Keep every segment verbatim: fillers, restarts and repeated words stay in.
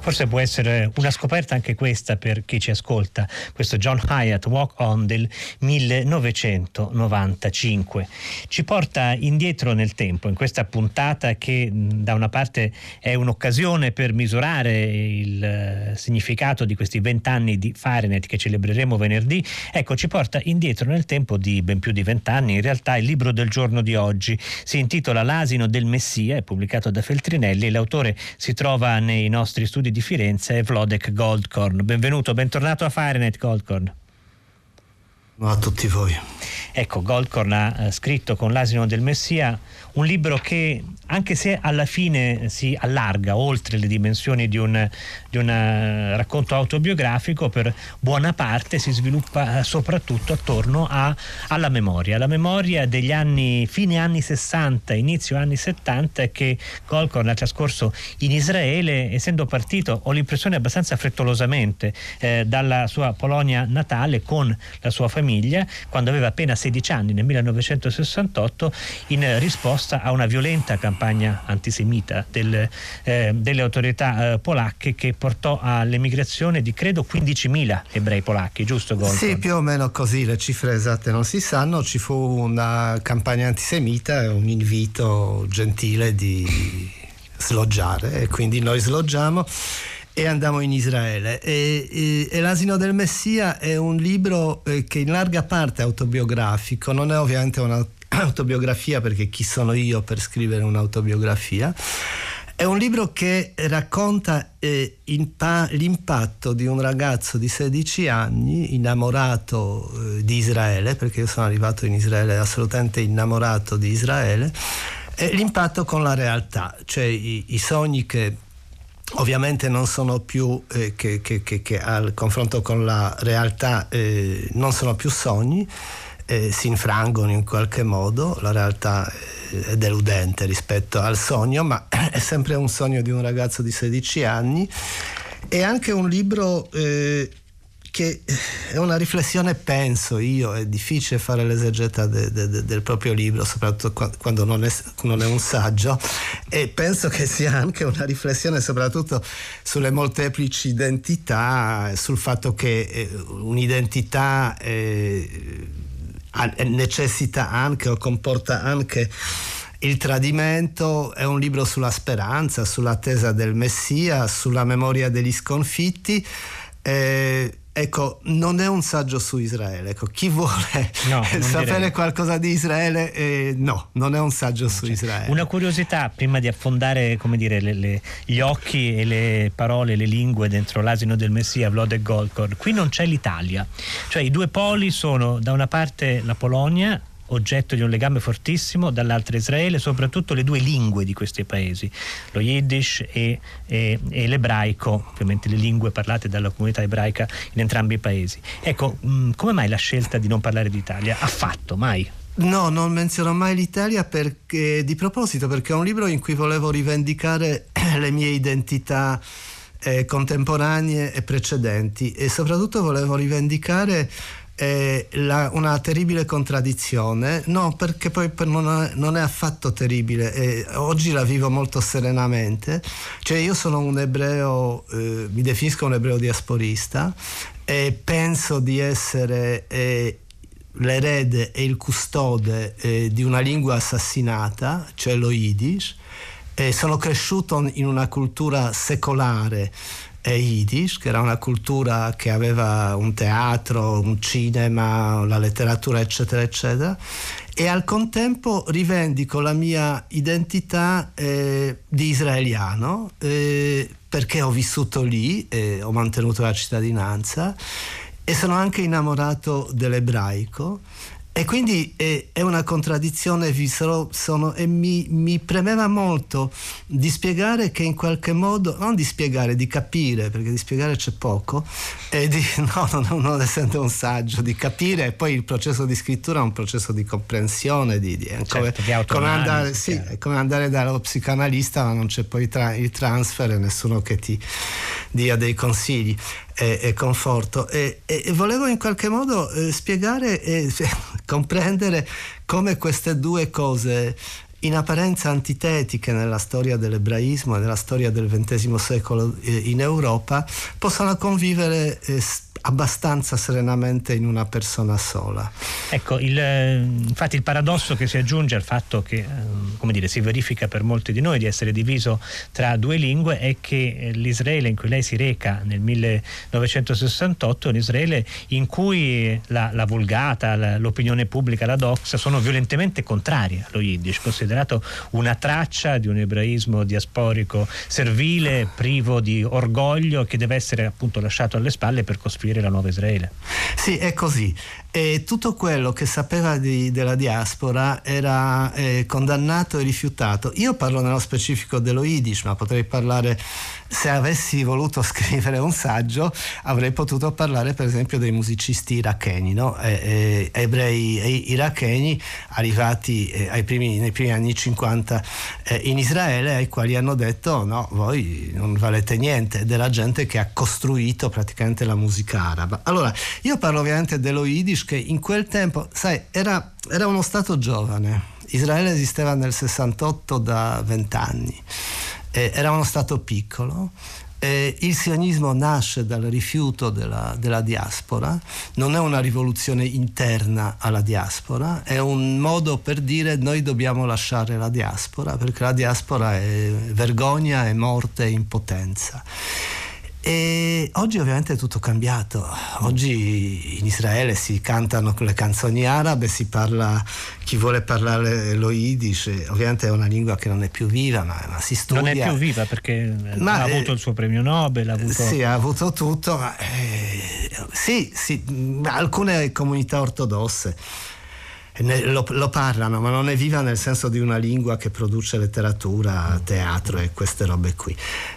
Forse può essere una scoperta anche questa per chi ci ascolta, questo John Hyatt, Walk On del millenovecentonovantacinque. Ci porta indietro nel tempo in questa puntata che da una parte è un'occasione per misurare il significato di questi vent'anni di Fahrenheit che celebreremo venerdì. Ecco, ci porta indietro nel tempo di ben più di vent'anni. In realtà il libro del giorno di oggi si intitola L'asino del Messia, è pubblicato da Feltrinelli e l'autore si trova nei nostri studi di Firenze, è Wlodek Goldkorn. Benvenuto, bentornato a Fahrenheit, Goldkorn. A tutti voi. Ecco, Goldkorn ha eh, scritto con L'asino del Messia un libro che, anche se alla fine si allarga oltre le dimensioni di un, di un uh, racconto autobiografico, per buona parte si sviluppa uh, soprattutto attorno a, alla memoria, la memoria degli anni, fine anni sessanta, inizio anni settanta, che Goldkorn ha trascorso in Israele, essendo partito, ho l'impressione abbastanza frettolosamente, eh, dalla sua Polonia natale con la sua famiglia, quando aveva appena sedici anni, nel millenovecentosessantotto, in risposta a una violenta campagna antisemita del, eh, delle autorità eh, polacche, che portò all'emigrazione di credo quindicimila ebrei polacchi, giusto Goldkorn? Sì, più o meno così, le cifre esatte non si sanno. Ci fu una campagna antisemita e un invito gentile di sloggiare, e quindi noi sloggiamo e andiamo in Israele. E, e, e L'asino del Messia è un libro eh, che in larga parte è autobiografico, non è ovviamente una autobiografia, perché chi sono io per scrivere un'autobiografia. È un libro che racconta eh, impa- l'impatto di un ragazzo di sedici anni innamorato eh, di Israele, perché io sono arrivato in Israele assolutamente innamorato di Israele, e l'impatto con la realtà, cioè i, i sogni che ovviamente non sono più eh, che, che, che, che al confronto con la realtà eh, non sono più sogni, eh, si infrangono in qualche modo, la realtà è deludente rispetto al sogno, ma è sempre un sogno di un ragazzo di sedici anni. È anche un libro eh, che è una riflessione, penso io, è difficile fare l'esegeta de, de, de, del proprio libro, soprattutto quando non è, non è un saggio, e penso che sia anche una riflessione soprattutto sulle molteplici identità, sul fatto che eh, un'identità eh, necessita anche o comporta anche il tradimento. È un libro sulla speranza, sull'attesa del Messia, sulla memoria degli sconfitti. Eh, ecco, non è un saggio su Israele. Ecco, chi vuole no, sapere direi. qualcosa di Israele, eh, no, non è un saggio su cioè, Israele. Una curiosità prima di affondare, come dire, le, le, gli occhi e le parole, le lingue dentro L'asino del Messia, Wlodek Goldkorn. Qui non c'è l'Italia, cioè i due poli sono da una parte la Polonia, oggetto di un legame fortissimo, dall'altra Israele, soprattutto le due lingue di questi paesi, lo Yiddish e, e, e l'ebraico, ovviamente le lingue parlate dalla comunità ebraica in entrambi i paesi. Ecco, mh, come mai la scelta di non parlare d'Italia? Affatto, mai? No, non menziono mai l'Italia perché, di proposito, perché è un libro in cui volevo rivendicare le mie identità eh, contemporanee e precedenti, e soprattutto volevo rivendicare Eh, la, una terribile contraddizione, no, perché poi per non, è, non è affatto terribile, eh, oggi la vivo molto serenamente. Cioè, io sono un ebreo, eh, mi definisco un ebreo diasporista, e penso di essere eh, l'erede e il custode eh, di una lingua assassinata, cioè lo Yiddish. Eh, sono cresciuto in una cultura secolare e Yiddish, che era una cultura che aveva un teatro, un cinema, la letteratura, eccetera eccetera, e al contempo rivendico la mia identità eh, di israeliano, eh, perché ho vissuto lì e ho mantenuto la cittadinanza, e sono anche innamorato dell'ebraico. E quindi è, è una contraddizione, vi sono, sono, e mi, mi premeva molto di spiegare che in qualche modo, non di spiegare, di capire, perché di spiegare c'è poco, e di, no, non, non essendo un saggio, di capire, e poi il processo di scrittura è un processo di comprensione, di, di, certo, come, di come, andare, sì, è come andare dallo psicanalista, ma non c'è poi tra, il transfer e nessuno che ti dia dei consigli e, e conforto, e, e, e volevo in qualche modo eh, spiegare e comprendere come queste due cose in apparenza antitetiche nella storia dell'ebraismo e nella storia del ventesimo secolo eh, in Europa, possano convivere eh, abbastanza serenamente in una persona sola. Ecco, il, infatti il paradosso che si aggiunge al fatto che, come dire, si verifica per molti di noi di essere diviso tra due lingue è che l'Israele in cui lei si reca nel millenovecentosessantotto è un Israele in cui la, la vulgata, la, l'opinione pubblica, la doxa sono violentemente contrarie allo Yiddish, considerato una traccia di un ebraismo diasporico servile, privo di orgoglio, che deve essere appunto lasciato alle spalle per costruire la nuova Israele. Sì, è così. E tutto quello che sapeva di, della diaspora era eh, condannato e rifiutato. Io parlo nello specifico dello Yiddish, ma potrei parlare, se avessi voluto scrivere un saggio, avrei potuto parlare per esempio dei musicisti iracheni, no? eh, eh, ebrei eh, iracheni arrivati eh, ai primi, nei primi anni cinquanta eh, in Israele, ai quali hanno detto no, voi non valete niente, ed era gente che ha costruito praticamente la musica araba. Allora, io parlo ovviamente dello Yiddish, che in quel tempo, sai, era, era uno stato giovane. Israele esisteva nel sessantotto da vent'anni, eh, era uno stato piccolo. Eh, il sionismo nasce dal rifiuto della, della diaspora, non è una rivoluzione interna alla diaspora, è un modo per dire noi dobbiamo lasciare la diaspora, perché la diaspora è vergogna, è morte, è impotenza. E oggi ovviamente è tutto cambiato. Oggi in Israele si cantano le canzoni arabe, si parla, chi vuole parlare lo Yiddish, ovviamente è una lingua che non è più viva, ma, ma si studia. Non è più viva perché ma, ha avuto eh, il suo premio Nobel, ha avuto... Sì, ha avuto tutto, ma eh, sì, sì, alcune comunità ortodosse Lo, lo parlano, ma non è viva nel senso di una lingua che produce letteratura, teatro e queste robe qui.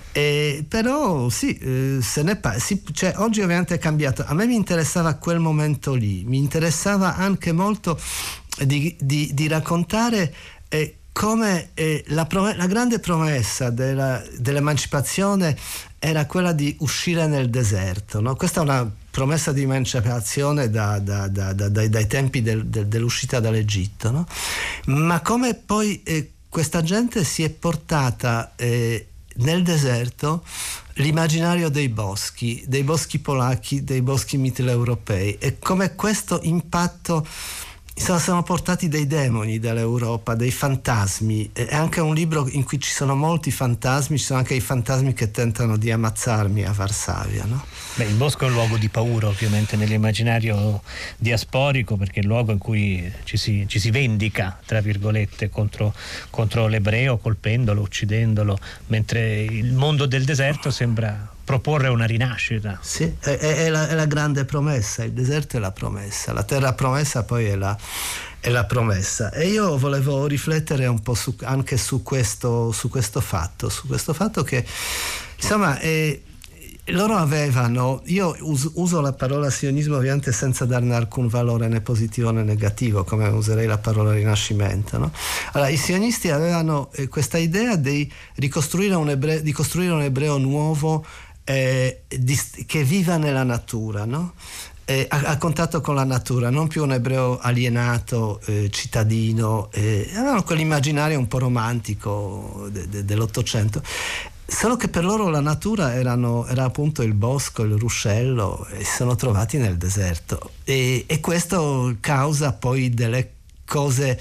E però sì, eh, se ne pa- sì, cioè, oggi ovviamente è cambiato. A me mi interessava quel momento lì, mi interessava anche molto di, di, di raccontare eh, come eh, la, prom- la grande promessa della, dell'emancipazione era quella di uscire nel deserto, no? Questa è una promessa di emancipazione da, da, da, da, dai, dai tempi del, del, dell'uscita dall'Egitto, no? Ma come poi eh, questa gente si è portata eh, nel deserto l'immaginario dei boschi, dei boschi polacchi, dei boschi mitteleuropei, e come questo impatto Insomma, siamo portati dei demoni dall'Europa, dei fantasmi. È anche un libro in cui ci sono molti fantasmi, ci sono anche i fantasmi che tentano di ammazzarmi a Varsavia, no? Beh, il bosco è un luogo di paura ovviamente nell'immaginario diasporico, perché è il luogo in cui ci si, ci si vendica, tra virgolette, contro, contro l'ebreo, colpendolo, uccidendolo, mentre il mondo del deserto sembra proporre una rinascita. Sì, è, è, la, è la grande promessa, il deserto è la promessa, la terra promessa poi è la, è la promessa. E io volevo riflettere un po' su, anche su questo, su questo fatto, su questo fatto che insomma è, loro avevano, io uso, uso la parola sionismo ovviamente senza darne alcun valore né positivo né negativo, come userei la parola rinascimento, no? Allora, i sionisti avevano eh, questa idea di ricostruire un ebreo, di costruire un ebreo nuovo eh, di, che viva nella natura, no? Eh, a, a contatto con la natura, non più un ebreo alienato, eh, cittadino, eh, avevano quell'immaginario un po' romantico de, de, dell'Ottocento. Solo che per loro la natura erano, era appunto il bosco, il ruscello, e si sono trovati nel deserto. E, e questo causa poi delle cose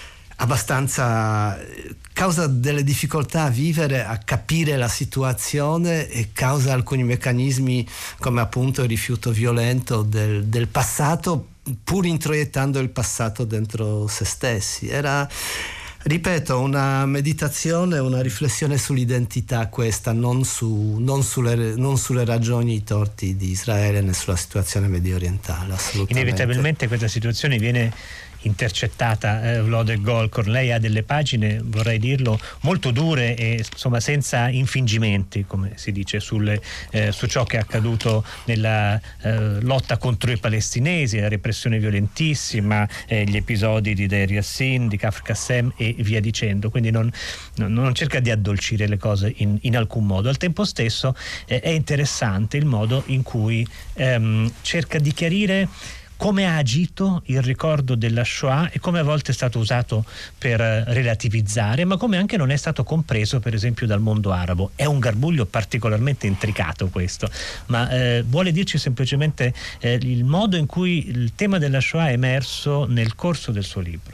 abbastanza, causa delle difficoltà a vivere, a capire la situazione, e causa alcuni meccanismi come appunto il rifiuto violento del, del passato, pur introiettando il passato dentro se stessi. Era, ripeto, una meditazione, una riflessione sull'identità questa, non, su, non, sulle, non sulle ragioni, i torti di Israele né sulla situazione medio orientale, assolutamente. Inevitabilmente questa situazione viene intercettata, eh, Lode Golkor. Lei ha delle pagine, vorrei dirlo, molto dure e insomma senza infingimenti, come si dice, sulle, eh, su ciò che è accaduto nella eh, lotta contro i palestinesi, la repressione violentissima, eh, gli episodi di Deir Yassin, di Kafr Qassem e via dicendo. Quindi non, non, non cerca di addolcire le cose in, in alcun modo. Al tempo stesso eh, è interessante il modo in cui ehm, cerca di chiarire come ha agito il ricordo della Shoah e come a volte è stato usato per relativizzare, ma come anche non è stato compreso per esempio dal mondo arabo. È un garbuglio particolarmente intricato questo, ma eh, vuole dirci semplicemente eh, il modo in cui il tema della Shoah è emerso nel corso del suo libro.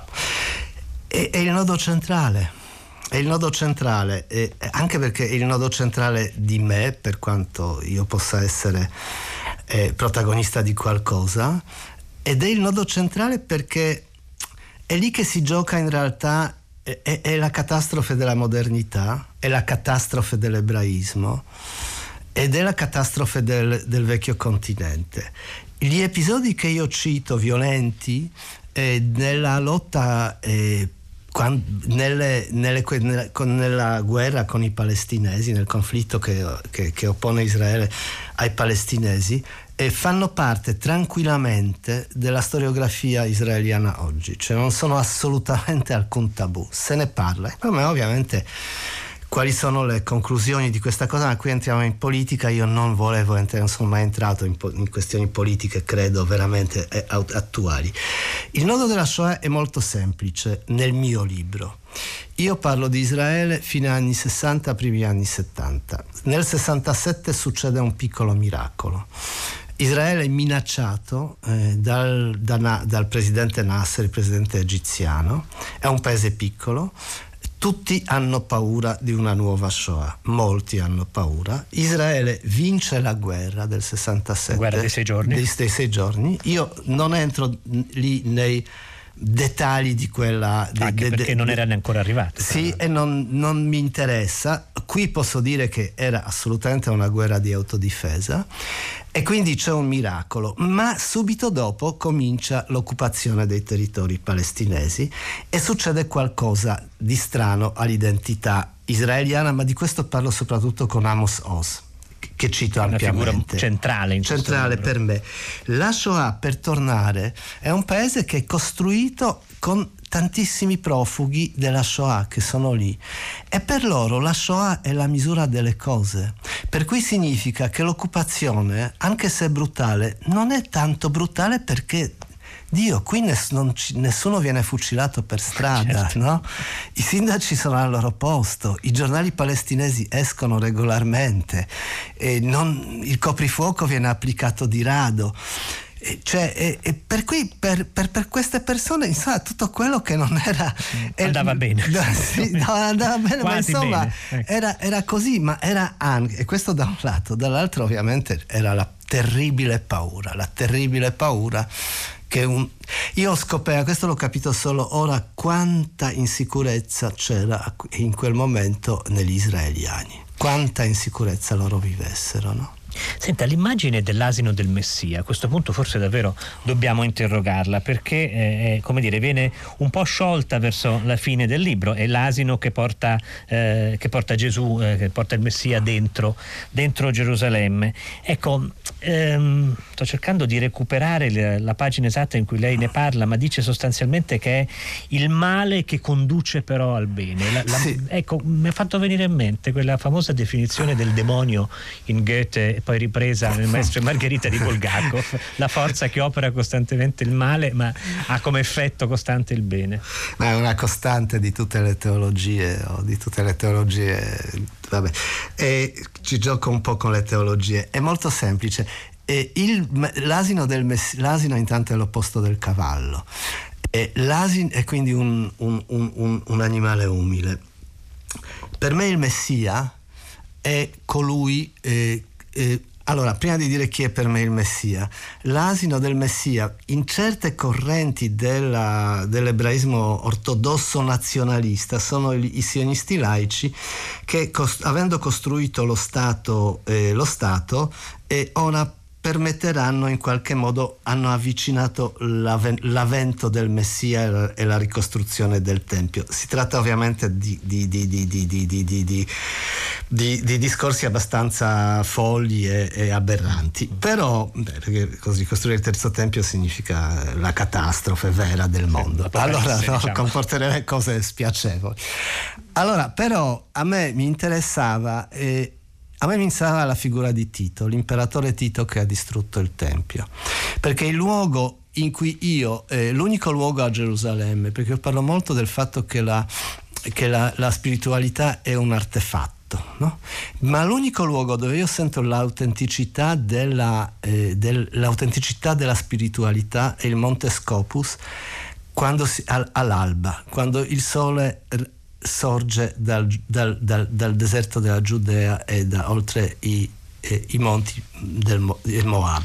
È, è il nodo centrale. È il nodo centrale, eh, anche perché è il nodo centrale di me, per quanto io possa essere eh, protagonista di qualcosa, ed è il nodo centrale perché è lì che si gioca in realtà, è, è la catastrofe della modernità, è la catastrofe dell'ebraismo ed è la catastrofe del, del vecchio continente. Gli episodi che io cito violenti eh, nella lotta eh, Quando, nelle, nelle, nella, con, nella guerra con i palestinesi, nel conflitto che, che, che oppone Israele ai palestinesi, e fanno parte tranquillamente della storiografia israeliana oggi, cioè non sono assolutamente alcun tabù, se ne parla. E come ovviamente quali sono le conclusioni di questa cosa, ma qui entriamo in politica. Io non volevo entrare, non sono mai entrato in, po- in questioni politiche, credo veramente eh, attuali. Il nodo della Shoah è molto semplice nel mio libro. Io parlo di Israele fino agli anni sessanta, primi anni settanta. Nel sessantasette succede un piccolo miracolo. Israele è minacciato eh, dal, da, dal presidente Nasser, il presidente egiziano. È un paese piccolo. Tutti hanno paura di una nuova Shoah, molti hanno paura. Israele vince la guerra del sessantasette, la guerra dei sei giorni. Dei, dei sei giorni. Io non entro lì nei dettagli di quella, anche de, de, perché de, non de, erano ancora arrivati. Sì, e non, non mi interessa. Qui posso dire che era assolutamente una guerra di autodifesa e quindi c'è un miracolo, ma subito dopo comincia l'occupazione dei territori palestinesi e succede qualcosa di strano all'identità israeliana, ma di questo parlo soprattutto con Amos Oz, che cito una ampiamente. Figura centrale in centrale per me. La Shoah, per tornare, è un paese che è costruito con tantissimi profughi della Shoah che sono lì, e per loro la Shoah è la misura delle cose, per cui significa che l'occupazione, anche se è brutale, non è tanto brutale perché Dio, qui ness- non ci- nessuno viene fucilato per strada, certo. No? I sindaci sono al loro posto, i giornali palestinesi escono regolarmente, e non, il coprifuoco viene applicato di rado. E cioè, e, e per cui per, per, per queste persone, insomma, tutto quello che non era andava er, bene, no, sì, no, andava bene, ma insomma bene. Ecco. era, era così, ma era anche, e questo da un lato, dall'altro ovviamente era la terribile paura, la terribile paura che un, io ho scoperto, questo l'ho capito solo ora, quanta insicurezza c'era in quel momento negli israeliani, quanta insicurezza loro vivessero, no? Senta, l'immagine dell'asino del Messia, a questo punto forse davvero dobbiamo interrogarla, perché eh, come dire, viene un po' sciolta verso la fine del libro. È l'asino che porta, eh, che porta Gesù, eh, che porta il Messia dentro, dentro Gerusalemme. Ecco, ehm, sto cercando di recuperare la, la pagina esatta in cui lei ne parla, ma dice sostanzialmente che è il male che conduce però al bene. La, la, sì. Ecco, mi ha fatto venire in mente quella famosa definizione del demonio in Goethe, poi ripresa nel Maestro e Margherita di Bulgakov, la forza che opera costantemente il male ma ha come effetto costante il bene. Ma è una costante di tutte le teologie, o di tutte le teologie, vabbè. E ci gioco un po' con le teologie, è molto semplice. E il, l'asino del Messia, l'asino intanto è l'opposto del cavallo, e l'asino è quindi un, un, un, un, un animale umile. Per me il Messia è colui eh, Eh, allora, prima di dire chi è per me il Messia, l'asino del Messia in certe correnti della, dell'ebraismo ortodosso nazionalista sono i, i sionisti laici che, cost, avendo costruito lo Stato, eh, lo Stato eh, ora permetteranno, in qualche modo hanno avvicinato l'avvento del Messia e la, e la ricostruzione del Tempio. Si tratta ovviamente di, di, di, di, di, di, di, di, di, di, di discorsi abbastanza folli e, e aberranti, però beh, perché così ricostruire il terzo Tempio significa la catastrofe vera del mondo, allora no, diciamo. Comporterebbe cose spiacevoli. Allora, però a me mi interessava eh, A me mi interessava la figura di Tito, l'imperatore Tito che ha distrutto il Tempio, perché il luogo in cui io, eh, l'unico luogo a Gerusalemme, perché io parlo molto del fatto che la, che la, la spiritualità è un artefatto, no? Ma l'unico luogo dove io sento l'autenticità della, eh, del, l'autenticità della spiritualità è il Monte Scopus, quando si, al, all'alba, quando il sole sorge dal, dal, dal, dal deserto della Giudea e da oltre i, eh, i monti del, Mo, del Moab.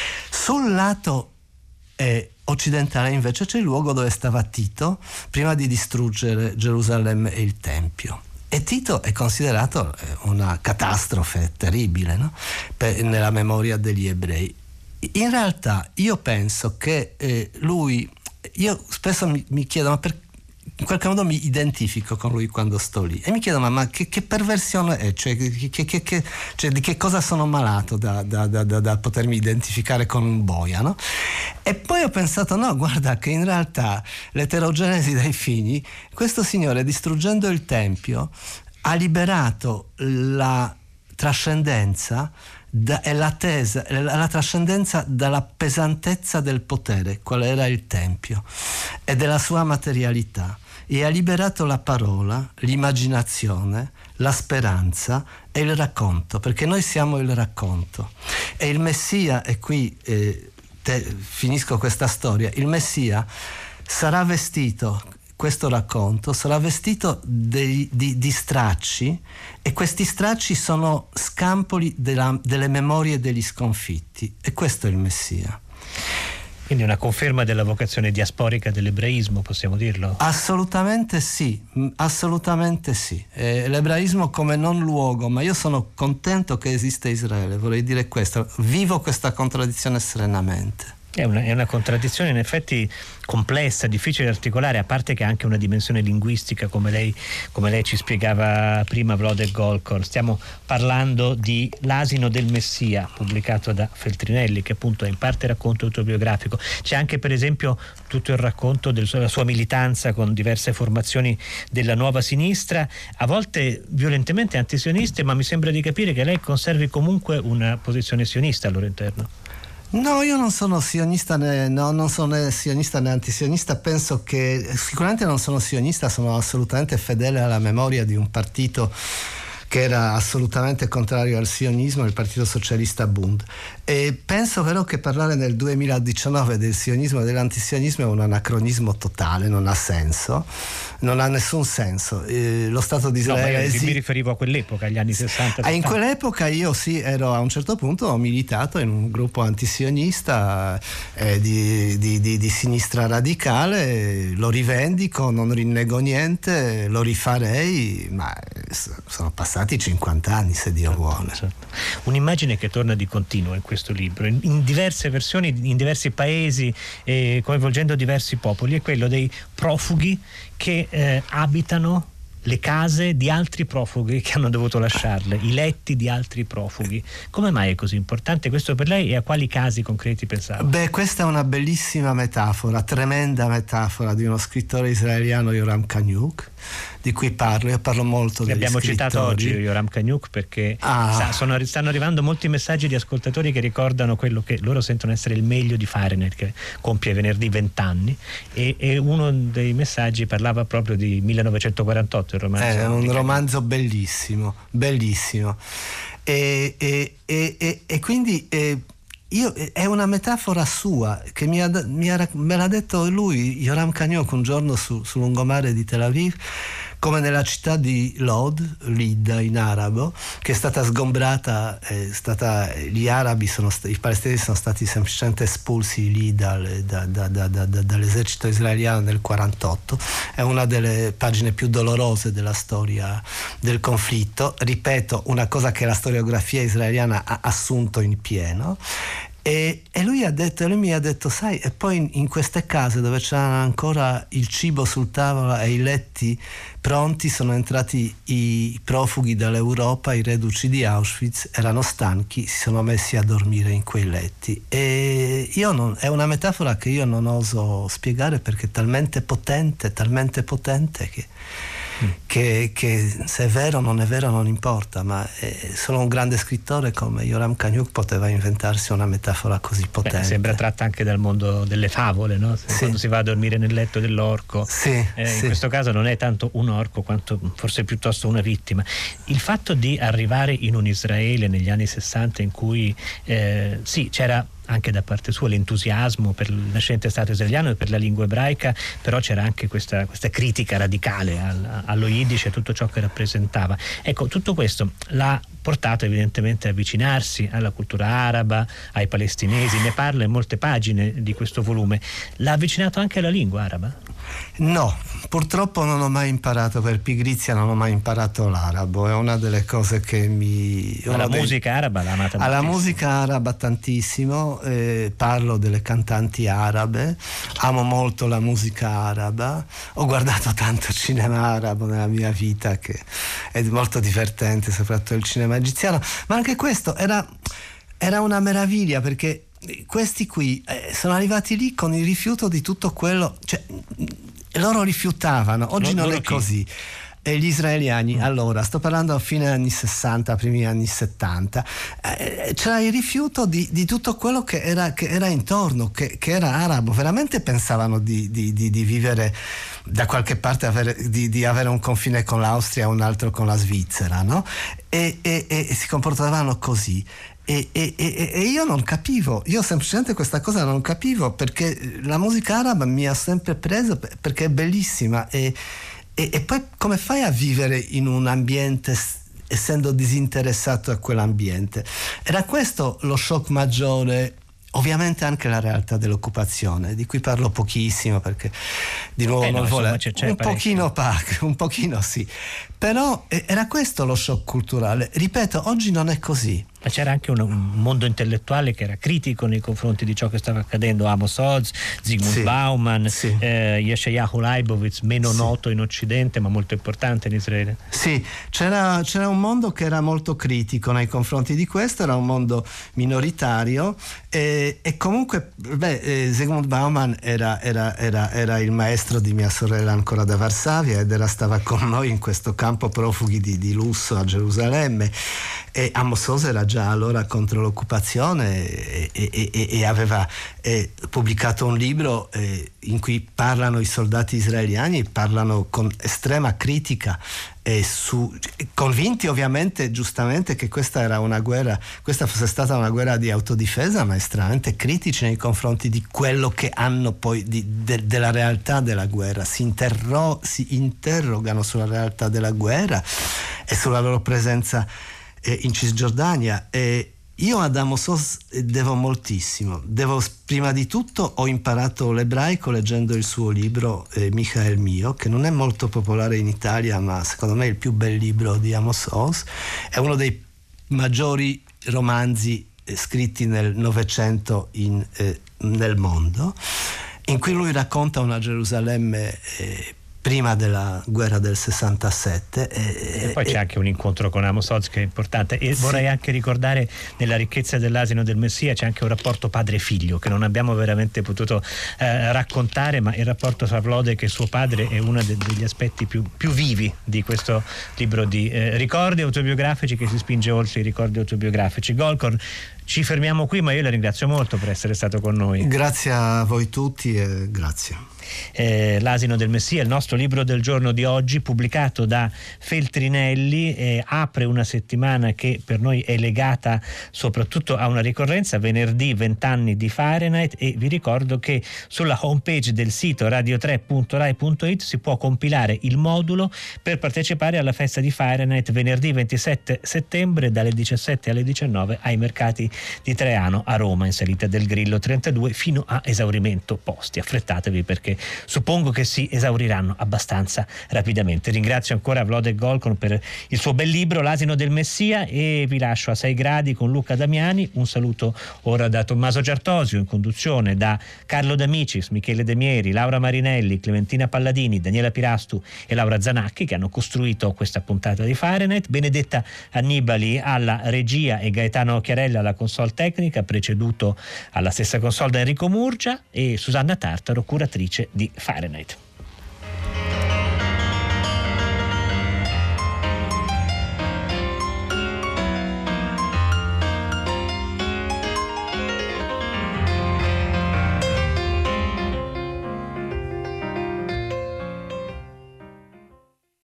Sul lato eh, occidentale invece c'è il luogo dove stava Tito prima di distruggere Gerusalemme e il Tempio. E Tito è considerato una catastrofe terribile, no? Per, nella memoria degli ebrei. In realtà io penso che eh, lui, io spesso mi, mi chiedo, ma per, in qualche modo mi identifico con lui quando sto lì e mi chiedo ma, ma che, che perversione è, cioè, che, che, che, cioè di che cosa sono malato da, da, da, da, da potermi identificare con un boia, no? E poi ho pensato no, guarda che in realtà l'eterogenesi dei figli, questo signore distruggendo il Tempio ha liberato la trascendenza da, e la tesa, la trascendenza dalla pesantezza del potere, qual era il Tempio, e della sua materialità, e ha liberato la parola, l'immaginazione, la speranza e il racconto, perché noi siamo il racconto. E il Messia, e qui eh, te, finisco questa storia, il Messia sarà vestito, questo racconto sarà vestito di, di, di stracci, e questi stracci sono scampoli della, delle memorie degli sconfitti, e questo è il Messia. Quindi una conferma della vocazione diasporica dell'ebraismo, possiamo dirlo? Assolutamente sì, assolutamente sì. Eh, l'ebraismo come non luogo, ma io sono contento che esiste Israele, vorrei dire questo, vivo questa contraddizione serenamente. È una, è una contraddizione in effetti complessa, difficile da articolare, a parte che ha anche una dimensione linguistica, come lei, come lei ci spiegava prima, Vlad Golkor. Stiamo parlando di L'asino del Messia, pubblicato da Feltrinelli, che appunto è in parte racconto autobiografico. C'è anche per esempio tutto il racconto della sua militanza con diverse formazioni della nuova sinistra, a volte violentemente antisioniste, ma mi sembra di capire che lei conservi comunque una posizione sionista al loro interno. No, io non sono sionista né, no, non sono né sionista né antisionista, penso che sicuramente non sono sionista, sono assolutamente fedele alla memoria di un partito che era assolutamente contrario al sionismo, il Partito Socialista Bund. E penso però che parlare nel duemiladiciannove del sionismo e dell'antisionismo è un anacronismo totale, non ha senso, non ha nessun senso. Eh, lo Stato di Israele... No, io sì, mi riferivo a quell'epoca, agli anni sessanta. Ah, in quell'epoca io sì, ero a un certo punto, ho militato in un gruppo antisionista eh, di, di, di, di sinistra radicale, lo rivendico, non rinnego niente, lo rifarei, ma sono passati cinquanta anni, se Dio vuole. Certo. Un'immagine che torna di continuo in questo libro, in, in diverse versioni, in diversi paesi, eh, coinvolgendo diversi popoli, è quello dei profughi che eh, abitano le case di altri profughi che hanno dovuto lasciarle, i letti di altri profughi. Come mai è così importante questo per lei e a quali casi concreti pensava? Beh, questa è una bellissima metafora, tremenda metafora di uno scrittore israeliano, Yoram Kaniuk, di cui parlo, io parlo molto degli abbiamo scrittori. citato oggi Yoram Kaniuk perché ah. sa, sono, stanno arrivando molti messaggi di ascoltatori che ricordano quello che loro sentono essere il meglio di Fahrenheit, che compie venerdì vent'anni, e, e uno dei messaggi parlava proprio di millenovecentoquarantotto, il romanzo. È un romanzo bellissimo, bellissimo. E, e, e, e, e quindi e, io, è una metafora sua che mi ha, mi ha, me l'ha detto lui, Yoram Kaniuk, un giorno su, sul lungomare di Tel Aviv, come nella città di Lod, Lid in arabo, che è stata sgombrata, è stata, gli arabi sono i palestinesi sono stati semplicemente espulsi lì dal, da, da, da, da, dall'esercito israeliano nel quarantotto. È una delle pagine più dolorose della storia del conflitto, ripeto, una cosa che la storiografia israeliana ha assunto in pieno. E, e lui ha detto, lui mi ha detto, sai, e poi in, in queste case dove c'era ancora il cibo sul tavolo e i letti pronti sono entrati i profughi dall'Europa, i reduci di Auschwitz, erano stanchi, si sono messi a dormire in quei letti. E io non, è una metafora che io non oso spiegare perché è talmente potente, talmente potente che mm. che, che se è vero o non è vero non importa, ma è solo un grande scrittore come Yoram Kaniuk poteva inventarsi una metafora così potente. Beh, sembra tratta anche dal mondo delle favole, no? Sì. Quando si va a dormire nel letto dell'orco, sì, eh, sì. in questo caso non è tanto un orco quanto forse piuttosto una vittima. Il fatto di arrivare in un Israele negli anni sessanta in cui eh, sì, c'era anche da parte sua l'entusiasmo per il nascente Stato israeliano e per la lingua ebraica, però c'era anche questa, questa critica radicale al, allo Yiddish e tutto ciò che rappresentava. Ecco, tutto questo l'ha portato evidentemente a avvicinarsi alla cultura araba, ai palestinesi, ne parla in molte pagine di questo volume. L'ha avvicinato anche alla lingua araba? No, purtroppo non ho mai imparato, per pigrizia non ho mai imparato l'arabo, è una delle cose che mi... Ma la dei... musica araba l'ha amata alla moltissimo. musica araba tantissimo, eh, parlo delle cantanti arabe, amo molto la musica araba, ho guardato tanto cinema arabo nella mia vita che è molto divertente, soprattutto il cinema egiziano, ma anche questo era, era una meraviglia, perché questi qui eh, sono arrivati lì con il rifiuto di tutto quello, cioè loro rifiutavano, oggi non, non è chi? così. E gli israeliani, mm. allora sto parlando a fine anni sessanta, primi anni settanta, eh, c'era il rifiuto di, di tutto quello che era, che era intorno, che, che era arabo. Veramente pensavano di, di, di, di vivere da qualche parte, avere, di, di avere un confine con l'Austria e un altro con la Svizzera, no? E, e, e si comportavano così. E, e, e, e io non capivo, io semplicemente questa cosa non capivo, perché la musica araba mi ha sempre preso, perché è bellissima. E, e, e poi come fai a vivere in un ambiente essendo disinteressato a quell'ambiente? Era questo lo shock maggiore. Ovviamente anche la realtà dell'occupazione, di cui parlo pochissimo, perché di nuovo eh non no, vuole insomma, c'è, c'è un pochino pac, un pochino sì, però era questo lo shock culturale. Ripeto, oggi non è così. Ma c'era anche un, un mondo intellettuale che era critico nei confronti di ciò che stava accadendo. Amos Oz, Zygmunt sì, Bauman, sì. eh, Yeshayahu Leibovitz, meno sì. noto in Occidente ma molto importante in Israele. Sì, c'era, c'era un mondo che era molto critico nei confronti di questo, era un mondo minoritario e, e comunque beh, eh, Zygmunt Bauman era, era, era, era il maestro di mia sorella ancora da Varsavia ed era, stava con noi in questo campo profughi di, di lusso a Gerusalemme, e Amos Oz era già allora contro l'occupazione e, e, e, e aveva eh, pubblicato un libro eh, in cui parlano i soldati israeliani, parlano con estrema critica e su, convinti ovviamente giustamente che questa era una guerra, questa fosse stata una guerra di autodifesa, ma estremamente critici nei confronti di quello che hanno poi di, de, della realtà della guerra, si, interro, si interrogano sulla realtà della guerra e sulla loro presenza in Cisgiordania. E io ad Amos Oz devo moltissimo, devo, prima di tutto ho imparato l'ebraico leggendo il suo libro eh, Michael Mio, che non è molto popolare in Italia, ma secondo me è il più bel libro di Amos Oz, è uno dei maggiori romanzi eh, scritti nel Novecento in, eh, nel mondo, in cui lui racconta una Gerusalemme eh, prima della guerra del sessantasette. E, e poi e, c'è anche un incontro con Amos Oz che è importante, e sì. Vorrei anche ricordare nella ricchezza dell'asino del Messia c'è anche un rapporto padre-figlio che non abbiamo veramente potuto eh, raccontare, ma il rapporto tra Vlodek e suo padre è uno de- degli aspetti più, più vivi di questo libro di eh, ricordi autobiografici che si spinge oltre i ricordi autobiografici. Golcorn, ci fermiamo qui, ma io la ringrazio molto per essere stato con noi. Grazie a voi tutti e grazie. Eh, L'asino del Messia, il nostro libro del giorno di oggi, pubblicato da Feltrinelli, eh, apre una settimana che per noi è legata soprattutto a una ricorrenza, venerdì venti anni di Fahrenheit, e vi ricordo che sulla homepage del sito radio tre punto rai punto it si può compilare il modulo per partecipare alla festa di Fahrenheit venerdì ventisette settembre dalle diciassette alle diciannove ai mercati di Treano a Roma, in salita del Grillo trentadue, fino a esaurimento posti. Affrettatevi perché suppongo che si esauriranno abbastanza rapidamente. Ringrazio ancora Vlodek Golcorn per il suo bel libro L'asino del Messia e vi lascio a sei gradi con Luca Damiani. Un saluto ora da Tommaso Giartosio, in conduzione da Carlo D'Amicis, Michele De Mieri, Laura Marinelli, Clementina Palladini, Daniela Pirastu e Laura Zanacchi, che hanno costruito questa puntata di Fahrenheit, Benedetta Annibali alla regia e Gaetano Chiarella alla console tecnica, preceduto alla stessa console da Enrico Murgia, e Susanna Tartaro, curatrice di Fahrenheit.